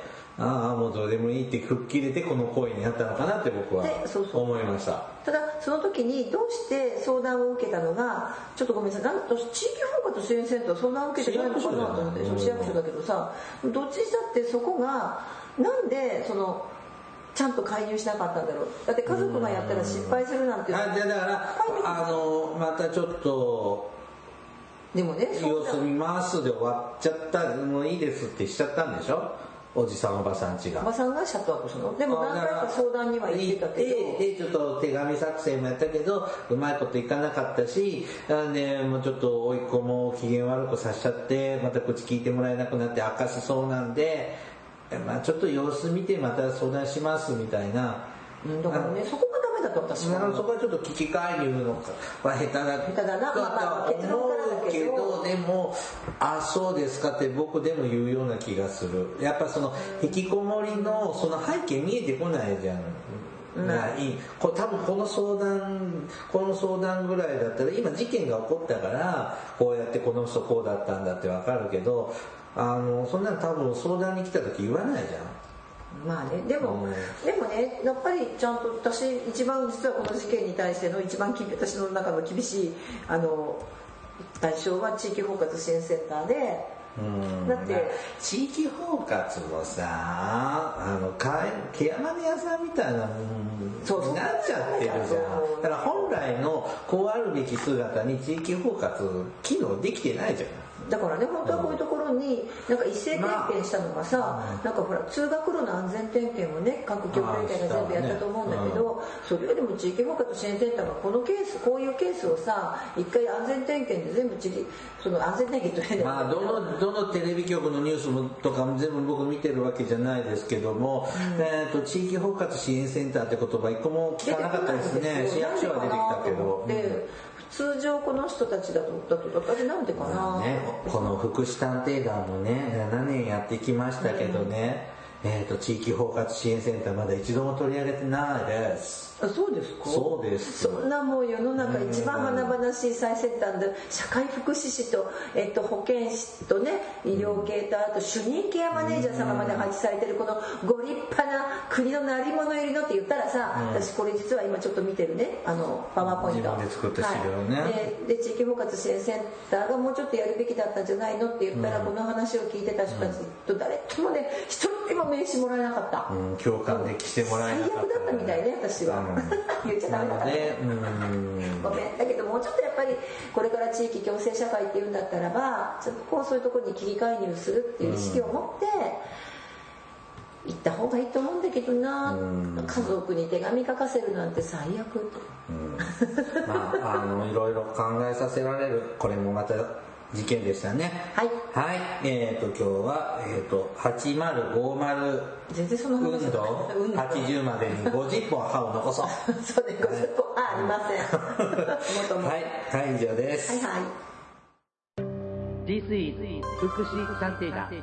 ああもうどうでもいいって吹っ切れてこの行為になったのかなって僕は思いました。 ただその時にどうして相談を受けたのがちょっとごめんなさい、なんと地域包括支援センター相談を受けてないのかなと思って、市役所だけどさ、どっちにしたってそこがなんでそのちゃんと介入しなかったんだろう。だって家族がやったら失敗するなんていうのは、 あだからあのまたちょっとでもね様子見ますで終わっちゃったもういいですってしちゃったんでしょ、おじさんおばさんちが。 おばさんがシャットアップするの。でも何回か相談には行ってたけど、 でちょっと手紙作成もやったけどうまいこといかなかったし、ね、もうちょっと甥っ子も機嫌悪くさせちゃってまた口聞いてもらえなくなって悪化しそうなんで、まあ、ちょっと様子見てまた相談しますみたいな、 うん、だからねそこがダメだと私はそこはちょっと危機介入のは下手だ下手だな、まあ、結論からだけどでもあそうですかって僕でも言うような気がする。やっぱその引きこもりのその背景見えてこないじゃん、うん、ないこ多分この相談この相談ぐらいだったら今事件が起こったからこうやってこの人こうだったんだって分かるけど、あのそんなの多分相談に来た時言わないじゃん。 まあね、でも、うん、でもねやっぱりちゃんと私一番実はこの事件に対しての一番私の中の厳しいあの対象は地域包括支援センターで、 うんだって地域包括もさあのケアマネ屋さんみたいなものになっちゃってるじゃん。だから本来のこうあるべき姿に地域包括機能できてないじゃん。 だからね本当はこういうところになんか一斉点検したのがさ、まあ、なんかほら通学路の安全点検をね各協会会が全部やったと思うんだけど、ねうん、それよりも地域包括支援センターがこのケースこういうケースをさ一回安全点検で全部地域その安全点検と変だまあどのどのテレビ局のニュースもとかも全部僕見てるわけじゃないですけども、うんえー、と地域包括支援センターって言葉一個も聞かなかったですね。市役所は出てきたけど。 通常この人たちだとだとだってなんでかな、 ね、この福祉探偵団もねななねんやってきましたけどね、うんえー、と地域包括支援センターまだ一度も取り上げてないです。 あそうですか。 そうです。 そんなもう世の中一番華々しい最先端で社会福祉士と、えっと、保健師とね医療系とあと主任ケアマネージャー様まで配置されてるこのご立派な国の鳴り物入りのって言ったらさ、うん、私これ実は今ちょっと見てるねあのパワーポイント自分で作った資料ね、 はい、で, で地域包括支援センターがもうちょっとやるべきだったんじゃないのって言ったら、うん、この話を聞いてた人たちと誰ともね一人でも名刺もらえなかった、 うん、共感でしてもらえなかった、 最悪だったみたいね私は、うん、言っちゃダメだったね、うん、ごめんだけどもうちょっとやっぱりこれから地域共生社会っていうんだったらばちょっとこうそういうところに危機介入するっていう意識を持って行った方がいいと思うんだけどな、うん、家族に手紙書かせるなんて最悪、 うん、まああのいろいろ考えさせられるこれもまた事件でしたね。 はいはい、えーと今日は、えーとはちまるごまる全然その話運動はちじゅうまでにごじゅっぽん歯を残そうそうね、ごじゅっぽん、あ、ありません元もはい、はい、以上です。 はいはい。 This is 福祉探偵団。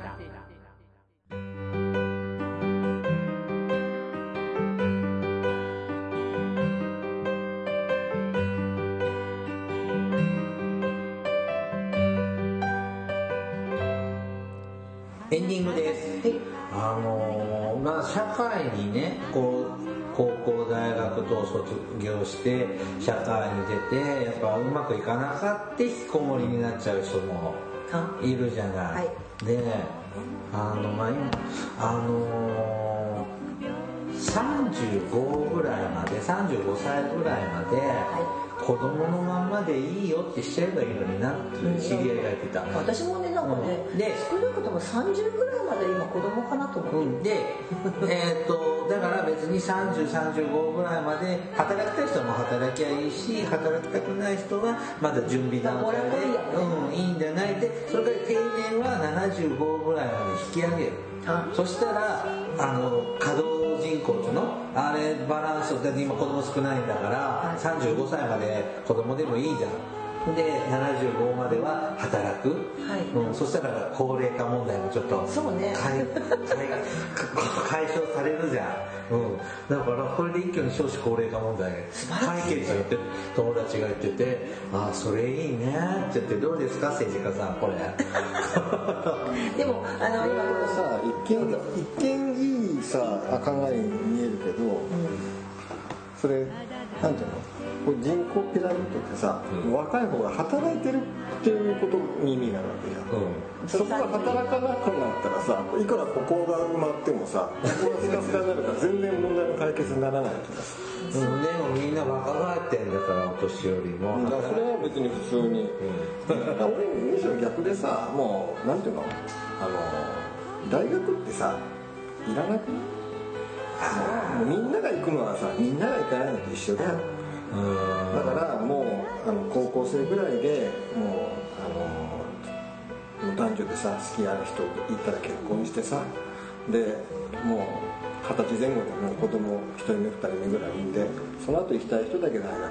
エンディングです。 はい、 あのー、まあ社会にね、こう高校大学と卒業して社会に出てやっぱうまくいかなかって引きこもりになっちゃう人もいるじゃない。はい、で、あのまあ今あのー、さんじゅうごぐらいまでさんじゅうごさいぐらいまで、はい、子供のまんまでいいよってしちゃえばいいのになって知り合いが言ってた。 私もね、なんかね、うん、で少なくともさんじゅうぐらいまで今子供かなと思って、うん、でえっとだから別にさんじゅう、さんじゅうごぐらいまで働きたい人も働きゃいいし、働きたくない人はまだ準備段階で、うん、いいんじゃないで、それから定年はななじゅうごぐらいまで引き上げる。そしたらあの稼働人口っていうのあれバランスだって今子供少ないんだから、はい、さんじゅうごさいまで子供でもいいじゃん。でななじゅうごまでは働く、はい、うん、そしたら高齢化問題もちょっとそうね解, 解, 解消されるじゃん、うん、だからこれで一挙に少子高齢化問題解決って友達が言ってて、ああそれいいねって言って、どうですか政治家さんこれでもあの今このさ一見一見いいさ考えに見えるけど、うん、それなんていうの、これ人口ピラミッドってさ、うん、若い方が働いてるっていうことに意味があるわけじゃん、うん、そこが働かなくなったらさ、いくらここが埋まってもさ、ここがスカスカになるから全然問題の解決にならないとかさ、 うん、でもみんな若返ってんだからお年寄りも、 だからそれは別に普通に、うん、俺むしろ逆でさ、もうなんていうの、あの大学ってさいらなくない？もうみんなが行くのはさ、みんなが行かないのと一緒だよ。だからもうあの高校生ぐらいでもうあの男女でさ、好きある人いたら結婚してさ、でもう二十歳前後でもう子供一人目二人目ぐらい産んで、その後行きたい人だけ大学行って、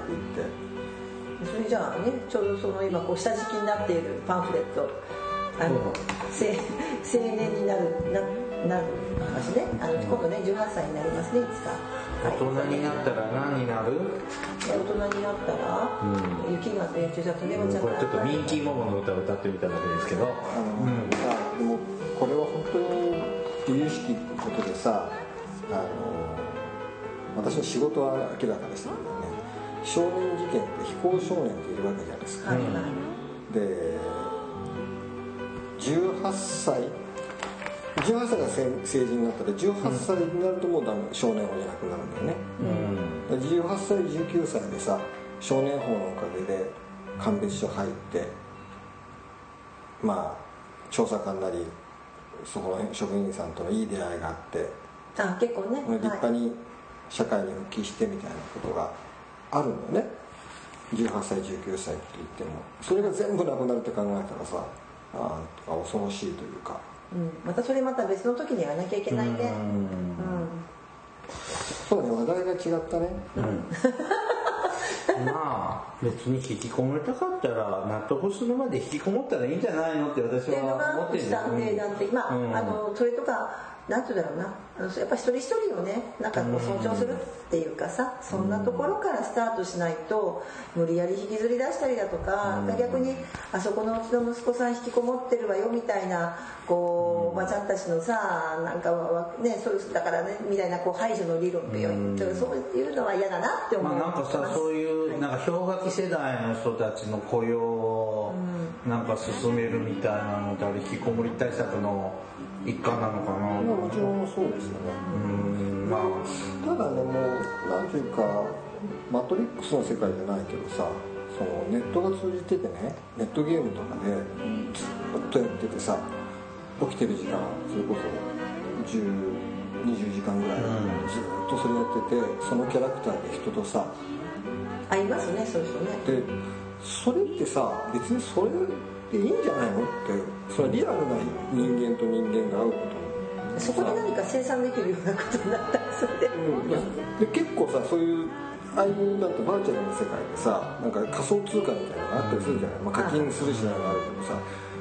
それじゃあね、ちょうどその今こう下敷きになっているパンフレット、あの、うん、青年になるななるますね、あの今度ねじゅうはっさいになりますね、いつか。 大人になったら何になる？ 大人になったら、うん、雪がね、ちょっとね、 これちょっとミンキーモモの歌を歌ってみたわけですけど、 あの、うん、あでもこれは本当に由々しきことでさ、あの私の仕事は明らかですけどね、少年事件って非行少年っているわけじゃないですか、はいはい、でじゅうはっさいじゅうはっさいが成人になったらじゅうはっさいになるともうダメ、少年法じゃなくなるんだよね、うん、じゅうはっさいじゅうきゅうさいでさ、少年法のおかげで鑑別所入って、まあ調査官なりそこの職員さんとのいい出会いがあって、 あ結構ね立派に社会に復帰してみたいなことがあるんだよね。じゅうはっさいじゅうきゅうさいって言ってもそれが全部なくなるって考えたらさ、あ恐ろしいというか、 うん、またそれまた別の時にやらなきゃいけないね。うん、うん、 そうね、話題が違ったね、うんまあ別に引きこもりたかったら納得するまで引きこもったらいいんじゃないのって私は思ってるんですよ。 っていうのが探偵団的、まあ、うん、あのそれとかなんていうんだろうな、あのやっぱ一人一人をね、なんかこう尊重するっていうかさ、そんなところからスタートしないと無理やり引きずり出したりだとか、逆にあそこのうちの息子さん引きこもってるわよみたいなこうおばちゃんたちのさ、なんかね、そうだからねみたいなこう排除の理論っていう、そういうのは嫌だなって思う。 まあなんかさ、そういうなんか氷河期世代の人たちの雇用をなんか進めるみたいなのってあれ引きこもり対策の一環なのかな。 もちろんそうですよね。うん、まあ、ただね、もうなんていうかマトリックスの世界じゃないけどさ、そのネットが通じててね、ネットゲームとかでずっとやっててさ、起きてる時間それこそじゅう、にじゅうじかんぐらいずっとそれやってて、そのキャラクターで人とさ、 あいますね、そういう人ね。 でそれってさ、別にそれいいんじゃないのって、それはリアルな人間と人間が会うことそこで何か生産できるようなことになったらそれで、 うん、で結構さそういうああいうだってバーチャルの世界でさなんか仮想通貨みたいなのがあったりするじゃない、まあ、課金するしないのがあるけどさ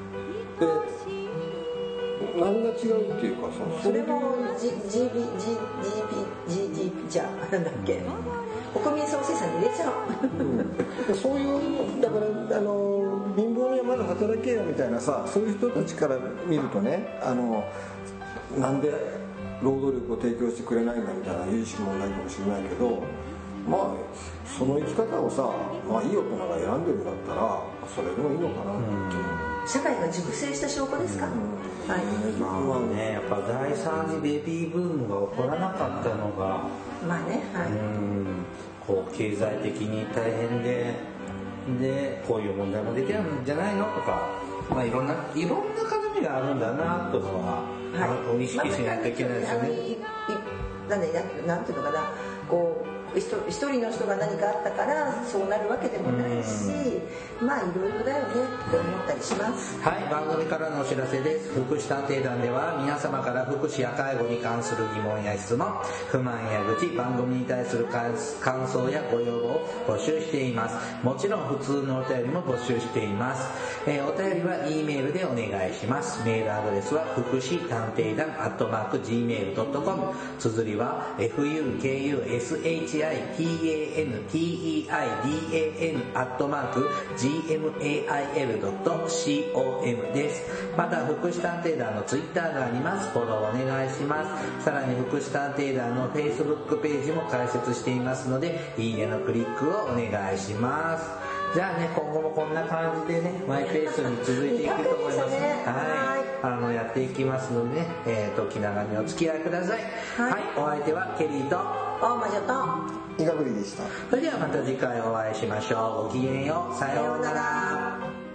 で何が違うっていうかさそれも ジービー ジーピー じゃなんだっけ、国民総生産に入れちゃう、 うん、そういうだからあの貧乏にはまだ働けよみたいなさそういう人たちから見るとねあのなんで労働力を提供してくれないんだみたいな有識問題かもしれないけどまあその生き方をさ、まあ、いい大人が選んでるんだったらそれでもいいのかなっていう、 うん、社会が熟成した証拠ですか、うん、はい、 まあねやっぱ第三次ベビーブームが起こらなかったのがまあね、はい、 うんこう経済的に大変ででこういう問題も出てるんじゃないのとか、まあ、いろんないろんな絡みがあるんだなというのは、はい、意識しないといけないですよね。 まあ、なんでなんていうのかなこう一人の人が何かあったからそうなるわけでもないし、まあいろいろだよねって思ったりします。 はい、番組からのお知らせです。福祉探偵団では皆様から福祉や介護に関する疑問や質問、不満や愚痴、番組に対する感想やご要望を募集しています。もちろん普通のお便りも募集しています。えー、お便りは E メールでお願いします。メールアドレスは福祉探偵団アットマーク ジーメールドットコム、 綴りは エフユーケーユーエスエイチアイティーエーエヌティーイーアイディーエーエヌ アットマーク ジーエムエーアイエルドットコム です。また福祉探偵団のツイッターがあります。フォローお願いします。さらに福祉探偵団の Facebook ページも開設していますのでいいねのクリックをお願いします。じゃあね今後もこんな感じでねマイペースに続いていくと思います。ね、はい、あのやっていきますのでね、えーと気長にお付き合いください。はい、はい、お相手はケリーと大魔女とイガグリでした。 それではまた次回お会いしましょう。ごきげんよう。さようなら。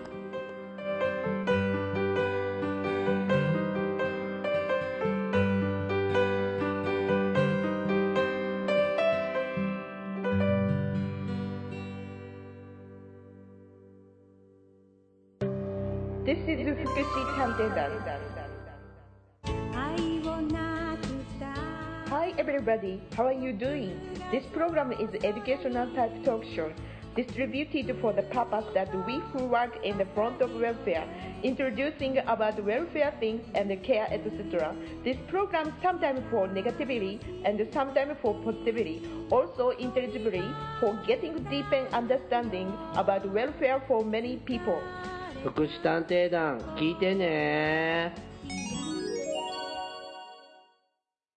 This is 福祉探偵団。Hi everybody, how are you doing? This program is educational type talk show distributed for the purpose that we who work in the front of welfare, introducing about welfare things and care, et cetera. This program sometimes for negativity and sometimes for positivity, also intelligibly for getting deeper understanding about welfare for many people. 福祉探偵団聞いてね。